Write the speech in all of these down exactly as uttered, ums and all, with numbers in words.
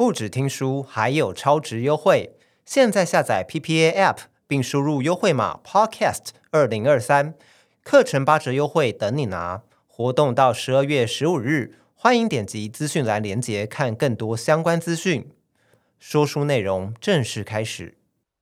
不只听书，还有超值优惠。现在下载 P P A App 并输入优惠码 Podcast 二零二三，课程八折优惠等你拿。活动到十二月十五日，欢迎点击资讯栏连结看更多相关资讯。说书内容正式开始。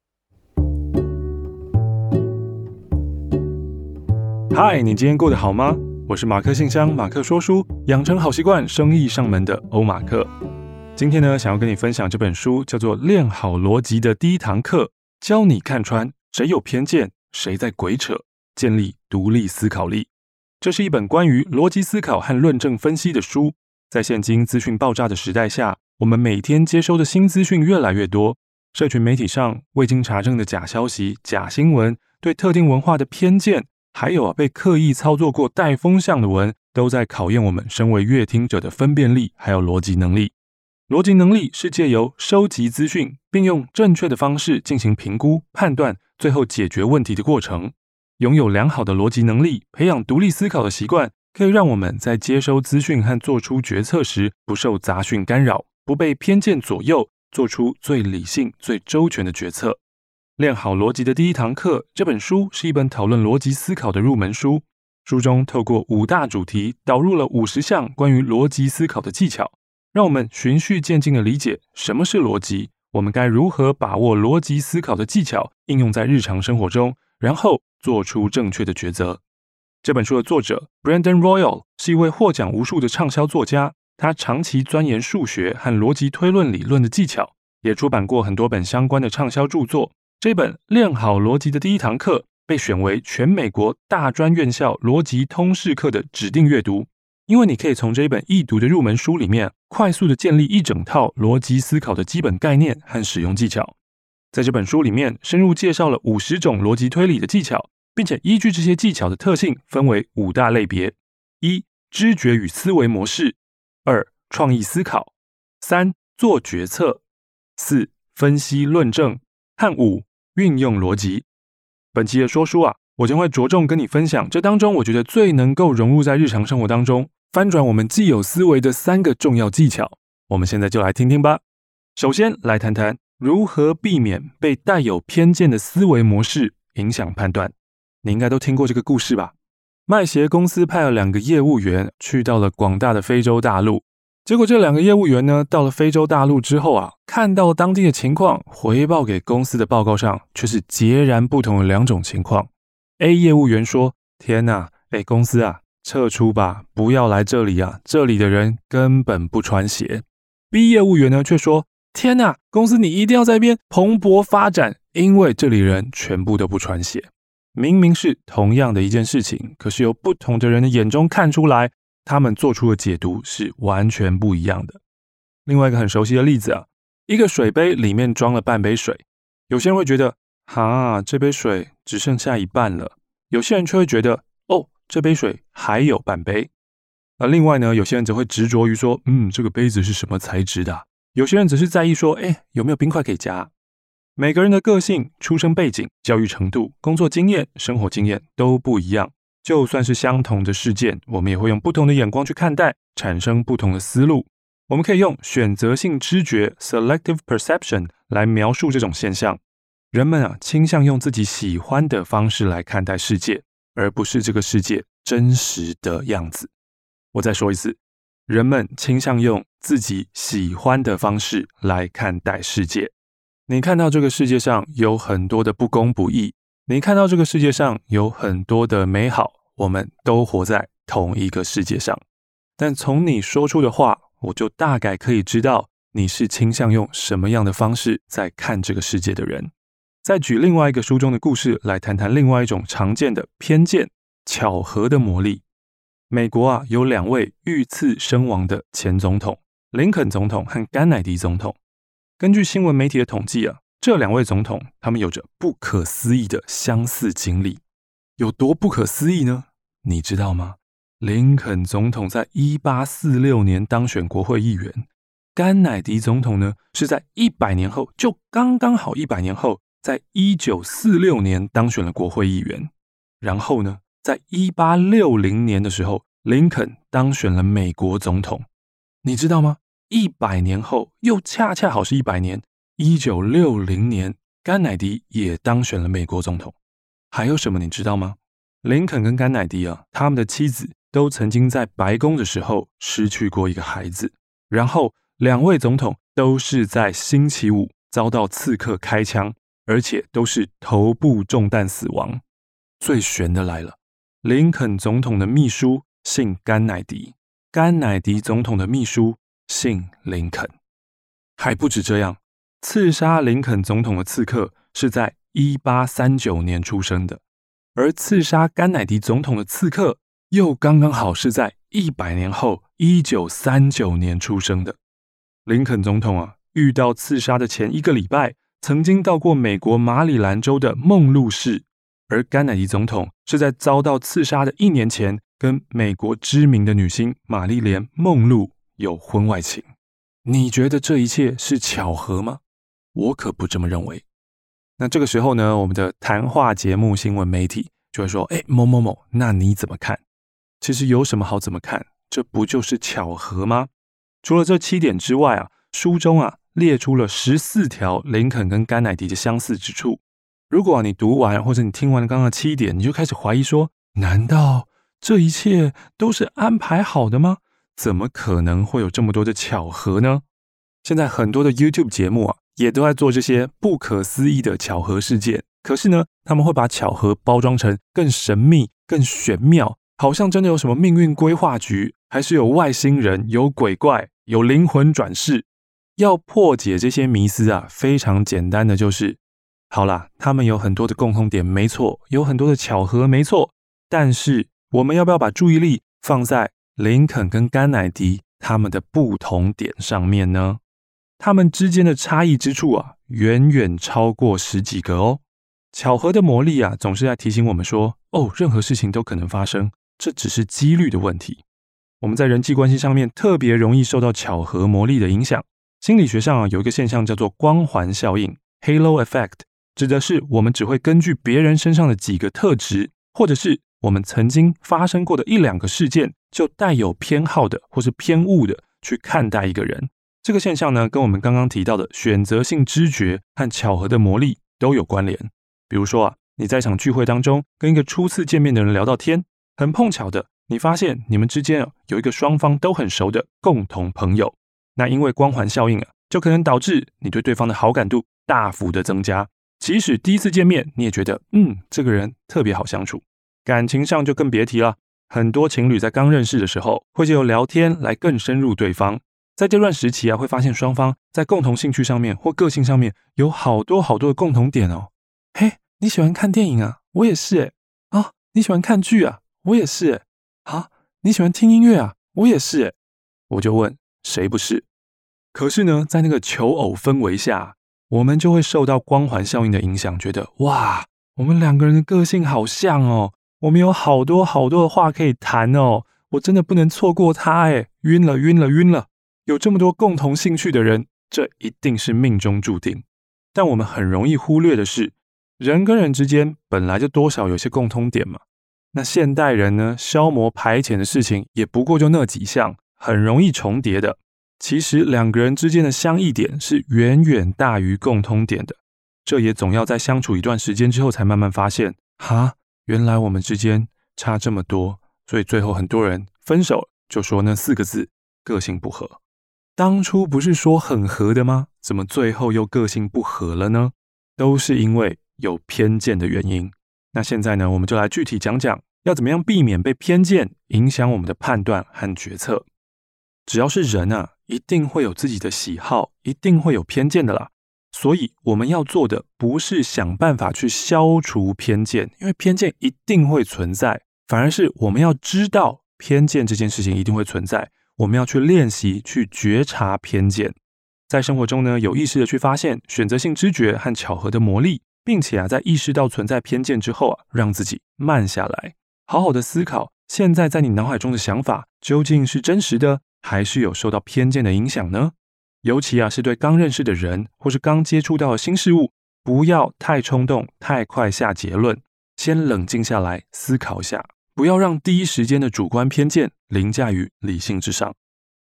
嗨，你今天过得好吗？我是马克信箱，马克说书，养成好习惯，生意上门的欧马克。今天呢，想要跟你分享这本书，叫做《练好逻辑的第一堂课》，教你看穿谁有偏见，谁在鬼扯，建立独立思考力。这是一本关于逻辑思考和论证分析的书。在现今资讯爆炸的时代下，我们每天接收的新资讯越来越多，社群媒体上未经查证的假消息、假新闻，对特定文化的偏见，还有啊被刻意操作过带风向的文，都在考验我们身为阅听者的分辨力还有逻辑能力。逻辑能力是借由收集资讯，并用正确的方式进行评估、判断，最后解决问题的过程。拥有良好的逻辑能力，培养独立思考的习惯，可以让我们在接收资讯和做出决策时，不受杂讯干扰，不被偏见左右，做出最理性、最周全的决策。练好逻辑的第一堂课，这本书是一本讨论逻辑思考的入门书。书中透过五大主题，导入了五十项关于逻辑思考的技巧，让我们循序渐进地理解什么是逻辑，我们该如何把握逻辑思考的技巧，应用在日常生活中，然后做出正确的抉择。这本书的作者 Brandon Royal 是一位获奖无数的畅销作家，他长期钻研数学和逻辑推论理论的技巧，也出版过很多本相关的畅销著作。这本《练好逻辑的第一堂课》被选为全美国大专院校逻辑通识课的指定阅读，因为你可以从这一本易读的入门书里面，快速的建立一整套逻辑思考的基本概念和使用技巧。在这本书里面，深入介绍了五十种逻辑推理的技巧，并且依据这些技巧的特性，分为五大类别：一、知觉与思维模式；二、创意思考；三、做决策；四、分析论证；和五、运用逻辑。本期的说书啊，我将会着重跟你分享这当中我觉得最能够融入在日常生活当中，翻转我们既有思维的三个重要技巧。我们现在就来听听吧。首先来谈谈如何避免被带有偏见的思维模式影响判断。你应该都听过这个故事吧？卖鞋公司派了两个业务员去到了广大的非洲大陆，结果这两个业务员呢，到了非洲大陆之后啊，看到当地的情况，回报给公司的报告上却是截然不同的两种情况。A 业务员说：天哪，哎，公司啊，撤出吧，不要来这里啊，这里的人根本不穿鞋。B 业务员呢却说：天哪，公司你一定要在这边蓬勃发展，因为这里人全部都不穿鞋。明明是同样的一件事情，可是由不同的人的眼中看出来，他们做出的解读是完全不一样的。另外一个很熟悉的例子啊，一个水杯里面装了半杯水，有些人会觉得，哈，这杯水只剩下一半了。有些人却会觉得，哦，这杯水还有半杯。而另外呢，有些人则会执着于说，嗯，这个杯子是什么材质的啊？有些人只是在意说，哎，有没有冰块可以加？每个人的个性、出生背景、教育程度、工作经验、生活经验都不一样，就算是相同的事件，我们也会用不同的眼光去看待，产生不同的思路。我们可以用选择性知觉 （selective perception） 来描述这种现象。人们啊，倾向用自己喜欢的方式来看待世界，而不是这个世界真实的样子。我再说一次，人们倾向用自己喜欢的方式来看待世界。你看到这个世界上有很多的不公不义，你看到这个世界上有很多的美好，我们都活在同一个世界上。但从你说出的话，我就大概可以知道你是倾向用什么样的方式在看这个世界的人。再举另外一个书中的故事来谈谈另外一种常见的偏见，巧合的魔力。美国啊，有两位遇刺身亡的前总统，林肯总统和甘乃迪总统。根据新闻媒体的统计啊，这两位总统他们有着不可思议的相似经历。有多不可思议呢？你知道吗？林肯总统在一八四六年当选国会议员，甘乃迪总统呢是在一百年后，就刚刚好一百年后，在一九四六年当选了国会议员。然后呢，在一八六零年的时候，林肯当选了美国总统。你知道吗？ 一百年后，又恰恰好是一百年，一九六零年，甘乃迪也当选了美国总统。还有什么你知道吗？林肯跟甘乃迪啊，他们的妻子都曾经在白宫的时候失去过一个孩子，然后两位总统都是在星期五遭到刺客开枪，而且都是头部中弹死亡。最悬的来了，林肯总统的秘书姓甘乃迪，甘乃迪总统的秘书姓林肯。还不止这样，刺杀林肯总统的刺客是在一八三九年出生的，而刺杀甘乃迪总统的刺客又刚刚好是在一百年后一九三九年出生的。林肯总统啊，遇到刺杀的前一个礼拜，曾经到过美国马里兰州的梦露市，而甘乃迪总统是在遭到刺杀的一年前，跟美国知名的女星玛丽莲·梦露有婚外情。你觉得这一切是巧合吗？我可不这么认为。那这个时候呢，我们的谈话节目新闻媒体就会说，诶，某某某，那你怎么看？其实有什么好怎么看？这不就是巧合吗？除了这七点之外啊，书中啊列出了十四条林肯跟甘乃迪的相似之处。如果、啊、你读完或者你听完刚刚的七点，你就开始怀疑说，难道这一切都是安排好的吗？怎么可能会有这么多的巧合呢？现在很多的 YouTube 节目啊，也都在做这些不可思议的巧合事件，可是呢，他们会把巧合包装成更神秘、更玄妙，好像真的有什么命运规划局，还是有外星人、有鬼怪、有灵魂转世。要破解这些迷思啊，非常简单的就是，好啦，他们有很多的共同点，没错，有很多的巧合，没错，但是我们要不要把注意力放在林肯跟甘乃迪他们的不同点上面呢？他们之间的差异之处啊，远远超过十几个哦。巧合的魔力啊，总是在提醒我们说，哦，任何事情都可能发生，这只是几率的问题。我们在人际关系上面特别容易受到巧合魔力的影响。心理学上啊，有一个现象叫做光环效应 （Halo Effect）， 指的是我们只会根据别人身上的几个特质，或者是我们曾经发生过的一两个事件，就带有偏好的或是偏误的去看待一个人。这个现象呢，跟我们刚刚提到的选择性知觉和巧合的魔力都有关联。比如说啊，你在一场聚会当中跟一个初次见面的人聊到天，很碰巧的，你发现你们之间啊有一个双方都很熟的共同朋友。那因为光环效应啊，就可能导致你对对方的好感度大幅的增加。即使第一次见面，你也觉得嗯，这个人特别好相处。感情上就更别提了，很多情侣在刚认识的时候，会借由聊天来更深入对方。在这段时期啊，会发现双方在共同兴趣上面或个性上面有好多好多的共同点哦。嘿，你喜欢看电影啊？我也是诶。啊，你喜欢看剧啊？我也是诶。啊，你喜欢听音乐啊？我也是诶。我就问，谁不是？可是呢，在那个求偶氛围下，我们就会受到光环效应的影响，觉得哇，我们两个人的个性好像哦，我们有好多好多的话可以谈哦，我真的不能错过他诶，晕了晕了晕了。有这么多共同兴趣的人，这一定是命中注定。但我们很容易忽略的是，人跟人之间本来就多少有些共通点嘛。那现代人呢，消磨排遣的事情也不过就那几项，很容易重叠的。其实两个人之间的相异点是远远大于共通点的。这也总要在相处一段时间之后才慢慢发现，哈，原来我们之间差这么多。所以最后很多人分手就说那四个字，个性不合。当初不是说很合的吗？怎么最后又个性不合了呢？都是因为有偏见的原因。那现在呢，我们就来具体讲讲，要怎么样避免被偏见影响我们的判断和决策。只要是人啊，一定会有自己的喜好，一定会有偏见的啦。所以我们要做的不是想办法去消除偏见，因为偏见一定会存在，反而是我们要知道偏见这件事情一定会存在。我们要去练习去觉察偏见，在生活中呢，有意识的去发现选择性知觉和巧合的魔力，并且啊，在意识到存在偏见之后啊，让自己慢下来，好好的思考，现在在你脑海中的想法究竟是真实的，还是有受到偏见的影响呢？尤其啊，是对刚认识的人或是刚接触到的新事物，不要太冲动，太快下结论，先冷静下来思考一下。不要让第一时间的主观偏见凌驾于理性之上。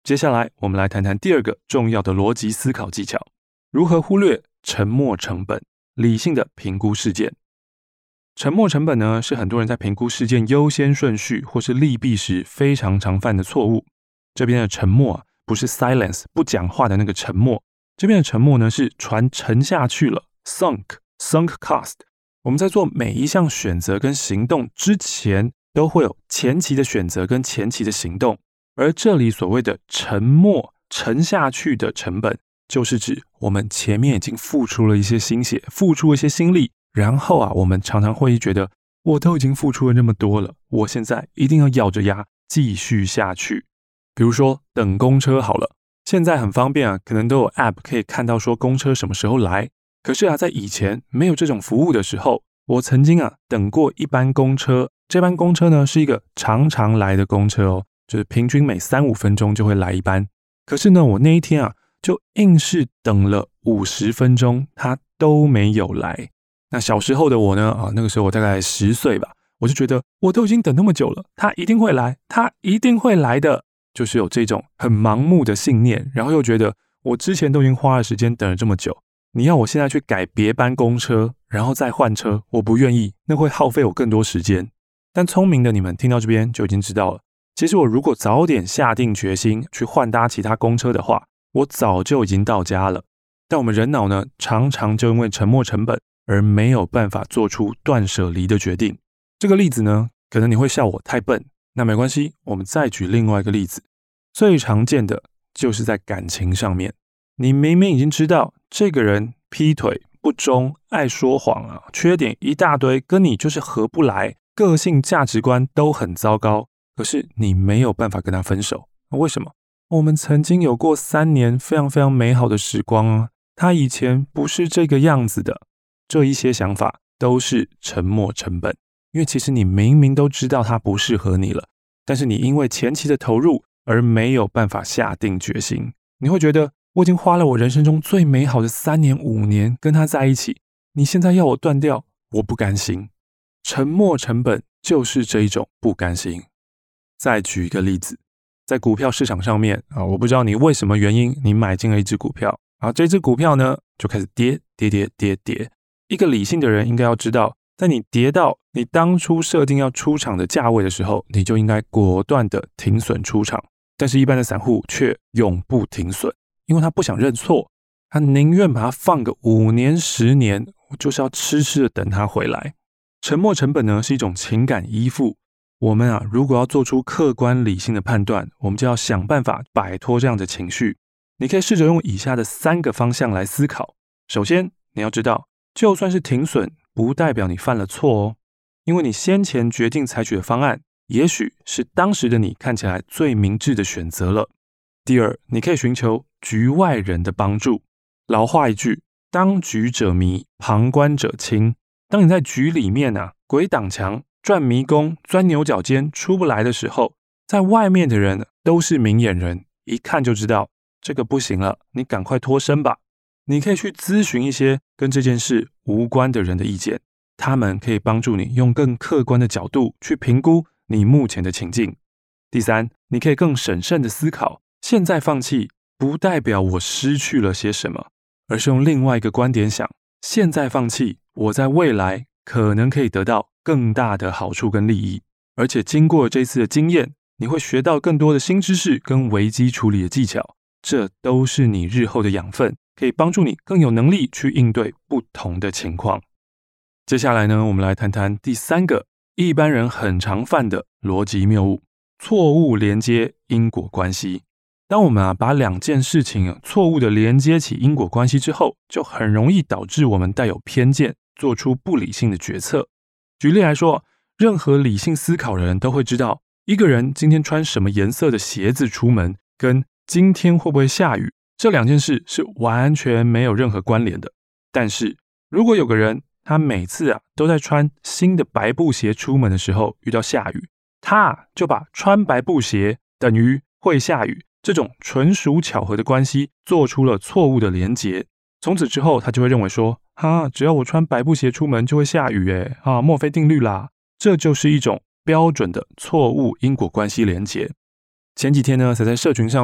接下来我们来谈谈第二个重要的逻辑思考技巧，如何忽略沉没成本，理性的评估事件。沉没成本呢，是很多人在评估事件优先顺序或是利弊时非常常犯的错误。这边的沉没啊，不是 silence 不讲话的那个沉默，这边的沉没呢是船沉下去了 sunk sunk cost。我们在做每一项选择跟行动之前，都会有前期的选择跟前期的行动，而这里所谓的沉没沉下去的成本，就是指我们前面已经付出了一些心血，付出了一些心力，然后啊，我们常常会觉得我都已经付出了那么多了，我现在一定要咬着牙继续下去。比如说等公车好了，现在很方便啊，可能都有 App 可以看到说公车什么时候来。可是啊，在以前没有这种服务的时候，我曾经啊等过一班公车，这班公车呢是一个常常来的公车哦，就是平均每三五分钟就会来一班。可是呢，我那一天啊就硬是等了五十分钟，它都没有来。那小时候的我呢啊，那个时候我大概十岁吧，我就觉得我都已经等那么久了，它一定会来，它一定会来的，就是有这种很盲目的信念，然后又觉得我之前都已经花了时间等了这么久，你要我现在去改别班公车，然后再换车，我不愿意，那会耗费我更多时间。但聪明的你们听到这边就已经知道了，其实我如果早点下定决心去换搭其他公车的话，我早就已经到家了。但我们人脑呢，常常就因为沉没成本而没有办法做出断舍离的决定。这个例子呢，可能你会笑我太笨，那没关系，我们再举另外一个例子。最常见的就是在感情上面，你明明已经知道这个人劈腿、不忠、爱说谎啊，缺点一大堆，跟你就是合不来，个性价值观都很糟糕，可是你没有办法跟他分手。为什么？我们曾经有过三年非常非常美好的时光啊，他以前不是这个样子的。这一些想法都是沉没成本，因为其实你明明都知道他不适合你了，但是你因为前期的投入而没有办法下定决心。你会觉得我已经花了我人生中最美好的三年五年跟他在一起，你现在要我断掉，我不甘心。沉没成本就是这一种不甘心。再举一个例子，在股票市场上面啊，我不知道你为什么原因你买进了一只股票，然后这只股票呢就开始跌跌跌跌跌。一个理性的人应该要知道，在你跌到你当初设定要出场的价位的时候，你就应该果断的停损出场。但是一般的散户却永不停损，因为他不想认错，他宁愿把它放个五年十年，我就是要痴痴的等他回来。沉没成本呢是一种情感依附，我们啊如果要做出客观理性的判断，我们就要想办法摆脱这样的情绪。你可以试着用以下的三个方向来思考。首先，你要知道，就算是停损，不代表你犯了错哦，因为你先前决定采取的方案，也许是当时的你看起来最明智的选择了。第二，你可以寻求局外人的帮助。老话一句，当局者迷，旁观者清。当你在局里面啊，鬼挡墙、转迷宫、钻牛角尖出不来的时候，在外面的人都是明眼人，一看就知道这个不行了，你赶快脱身吧。你可以去咨询一些跟这件事无关的人的意见，他们可以帮助你用更客观的角度去评估你目前的情境。第三，你可以更审慎的思考，现在放弃不代表我失去了些什么，而是用另外一个观点想，现在放弃，我在未来可能可以得到更大的好处跟利益，而且经过这次的经验，你会学到更多的新知识跟危机处理的技巧，这都是你日后的养分，可以帮助你更有能力去应对不同的情况。接下来呢，我们来谈谈第三个一般人很常犯的逻辑谬误，错误连接因果关系。当我们啊把两件事情啊错误的连接起因果关系之后，就很容易导致我们带有偏见，做出不理性的决策。举例来说，任何理性思考的人都会知道，一个人今天穿什么颜色的鞋子出门，跟今天会不会下雨，这两件事是完全没有任何关联的。但是如果有个人他每次啊都在穿新的白布鞋出门的时候遇到下雨，他就把穿白布鞋等于会下雨这种纯属巧合的关系做出了错误的连结。从此之后他就会认为说，哈，只要我穿白布鞋出门就会下雨耶，啊，墨菲定律啦。这就是一种标准的错误因果关系连结。前几天呢，才在社群上面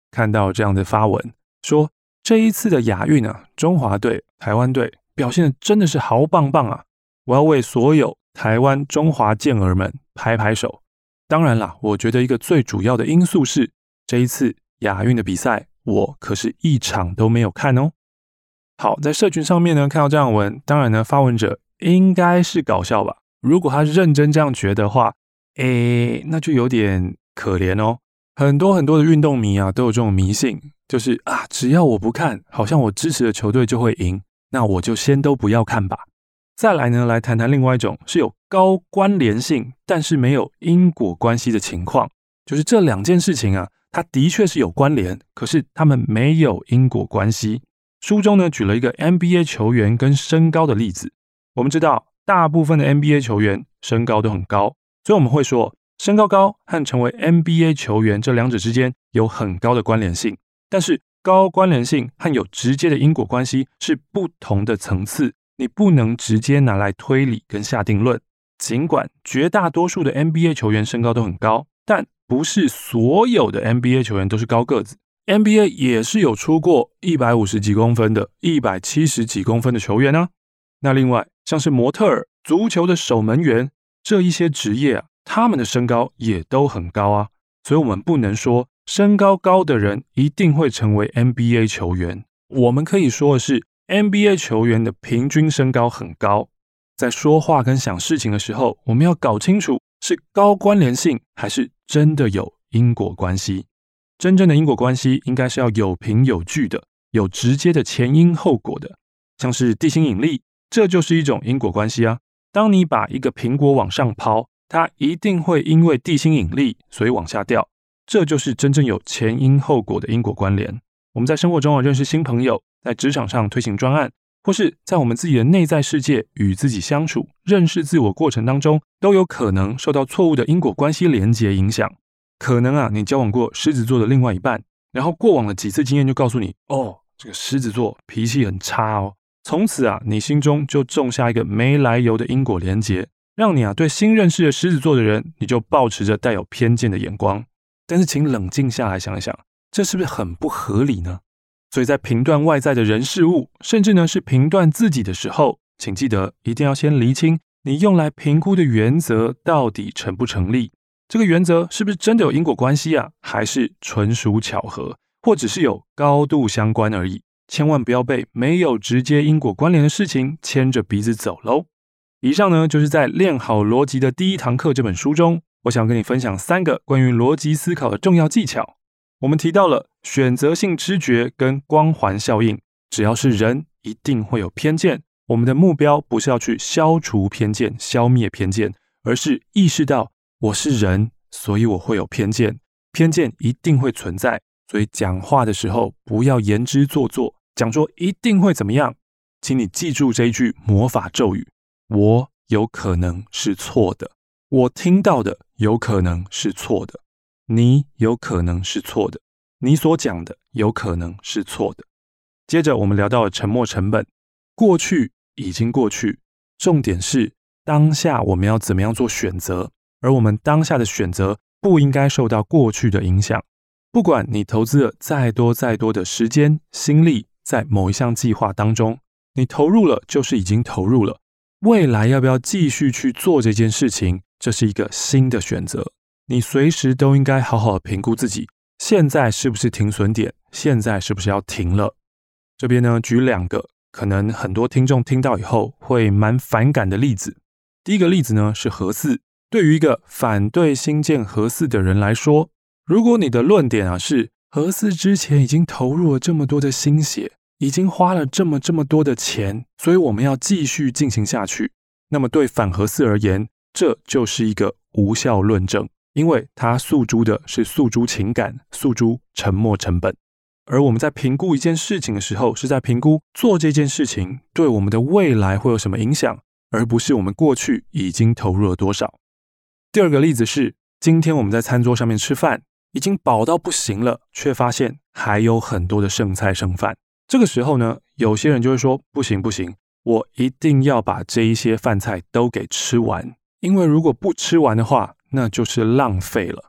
看到这样的发文，说这一次的亚运啊，中华队、台湾队表现的真的是好棒棒啊！我要为所有台湾中华健儿们拍拍手。当然啦，我觉得一个最主要的因素是这一次亚运的比赛，我可是一场都没有看哦。好，在社群上面呢看到这样的文，当然呢发文者应该是搞笑吧。如果他认真这样觉得的话，诶，那就有点可怜哦。很多很多的运动迷啊都有这种迷信，就是啊，只要我不看，好像我支持的球队就会赢，那我就先都不要看吧。再来呢，来谈谈另外一种是有高关联性，但是没有因果关系的情况，就是这两件事情啊，它的确是有关联，可是它们没有因果关系。书中呢举了一个 N B A 球员跟身高的例子。我们知道大部分的 N B A 球员身高都很高，所以我们会说身高高和成为 N B A 球员这两者之间有很高的关联性。但是高关联性和有直接的因果关系是不同的层次，你不能直接拿来推理跟下定论。尽管绝大多数的 N B A 球员身高都很高，但不是所有的 N B A 球员都是高个子。N B A 也是有出过一百五十几公分的、一百七十几公分的球员啊。那另外像是模特儿、足球的守门员这一些职业啊，他们的身高也都很高啊。所以我们不能说身高高的人一定会成为 N B A 球员。我们可以说的是 N B A 球员的平均身高很高。在说话跟想事情的时候，我们要搞清楚是高关联性还是真的有因果关系。真正的因果关系应该是要有凭有据的，有直接的前因后果的。像是地心引力，这就是一种因果关系啊。当你把一个苹果往上抛，它一定会因为地心引力所以往下掉，这就是真正有前因后果的因果关联。我们在生活中认识新朋友，在职场上推行专案，或是在我们自己的内在世界与自己相处、认识自我过程当中，都有可能受到错误的因果关系连结影响。可能啊，你交往过狮子座的另外一半，然后过往的几次经验就告诉你，哦，这个狮子座脾气很差哦。从此啊，你心中就种下一个没来由的因果连结，让你啊对新认识的狮子座的人，你就抱持着带有偏见的眼光。但是请冷静下来想一想，这是不是很不合理呢？所以在评断外在的人事物，甚至呢是评断自己的时候，请记得一定要先厘清你用来评估的原则到底成不成立。这个原则是不是真的有因果关系啊？还是纯属巧合，或只是有高度相关而已？千万不要被没有直接因果关联的事情牵着鼻子走咯。以上呢，就是在练好逻辑的第一堂课这本书中，我想跟你分享三个关于逻辑思考的重要技巧。我们提到了选择性知觉跟光环效应，只要是人一定会有偏见，我们的目标不是要去消除偏见、消灭偏见，而是意识到我是人，所以我会有偏见，偏见一定会存在，所以讲话的时候不要言之做作，讲说一定会怎么样。请你记住这一句魔法咒语，我有可能是错的，我听到的有可能是错的，你有可能是错的，你所讲的有可能是错的。接着我们聊到了沉没成本，过去已经过去，重点是当下我们要怎么样做选择，而我们当下的选择不应该受到过去的影响。不管你投资了再多再多的时间、心力在某一项计划当中，你投入了就是已经投入了，未来要不要继续去做这件事情，这是一个新的选择。你随时都应该好好的评估自己，现在是不是停损点，现在是不是要停了。这边呢，举两个可能很多听众听到以后会蛮反感的例子。第一个例子呢是核四。对于一个反对新建核四的人来说，如果你的论点啊是核四之前已经投入了这么多的心血，已经花了这么这么多的钱，所以我们要继续进行下去，那么对反核四而言，这就是一个无效论证，因为它诉诸的是诉诸情感，诉诸沉没成本。而我们在评估一件事情的时候，是在评估做这件事情对我们的未来会有什么影响，而不是我们过去已经投入了多少。第二个例子是，今天我们在餐桌上面吃饭，已经饱到不行了，却发现还有很多的剩菜剩饭。这个时候呢，有些人就会说，不行不行，我一定要把这一些饭菜都给吃完，因为如果不吃完的话，那就是浪费了。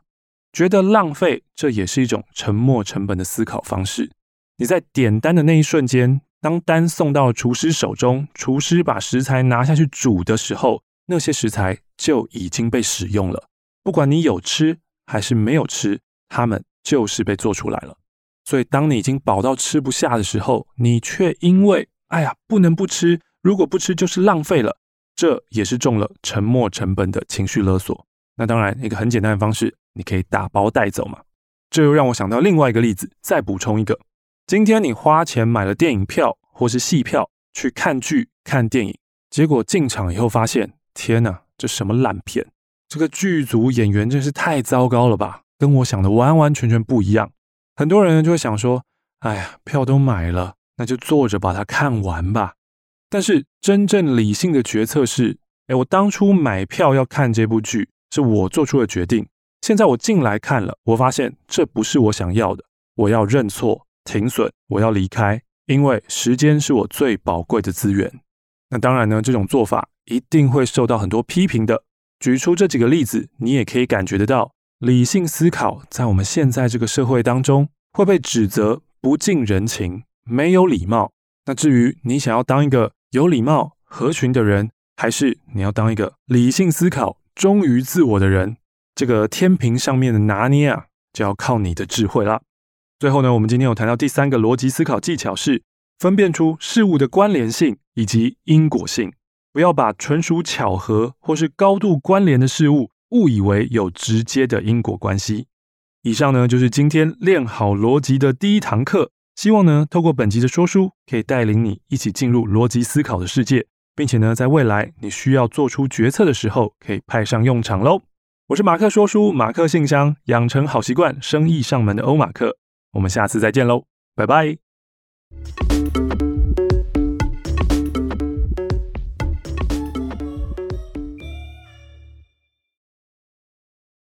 觉得浪费，这也是一种沉没成本的思考方式。你在点单的那一瞬间，当单送到厨师手中，厨师把食材拿下去煮的时候，那些食材就已经被使用了。不管你有吃还是没有吃，它们就是被做出来了。所以当你已经饱到吃不下的时候，你却因为哎呀不能不吃，如果不吃就是浪费了，这也是中了沉没成本的情绪勒索。那当然一个很简单的方式，你可以打包带走嘛。这又让我想到另外一个例子，再补充一个。今天你花钱买了电影票或是戏票去看剧看电影，结果进场以后发现，天哪，这什么烂片，这个剧组演员真是太糟糕了吧，跟我想的完完全全不一样。很多人就会想说，哎呀，票都买了，那就坐着把它看完吧。但是真正理性的决策是，诶，我当初买票要看这部剧，是我做出的决定。现在我进来看了，我发现这不是我想要的，我要认错，停损，我要离开，因为时间是我最宝贵的资源。那当然呢，这种做法一定会受到很多批评的。举出这几个例子，你也可以感觉得到，理性思考在我们现在这个社会当中会被指责不近人情，没有礼貌。那至于你想要当一个有礼貌合群的人，还是你要当一个理性思考忠于自我的人，这个天平上面的拿捏啊，就要靠你的智慧啦。最后呢，我们今天有谈到第三个逻辑思考技巧是分辨出事物的关联性以及因果性，不要把纯属巧合或是高度关联的事物误以为有直接的因果关系。以上呢就是今天练好逻辑的第一堂课，希望呢透过本集的说书，可以带领你一起进入逻辑思考的世界，并且呢在未来你需要做出决策的时候，可以派上用场咯。我是马克说书，马克信箱，养成好习惯，生意上门的欧马克。我们下次再见咯，拜拜。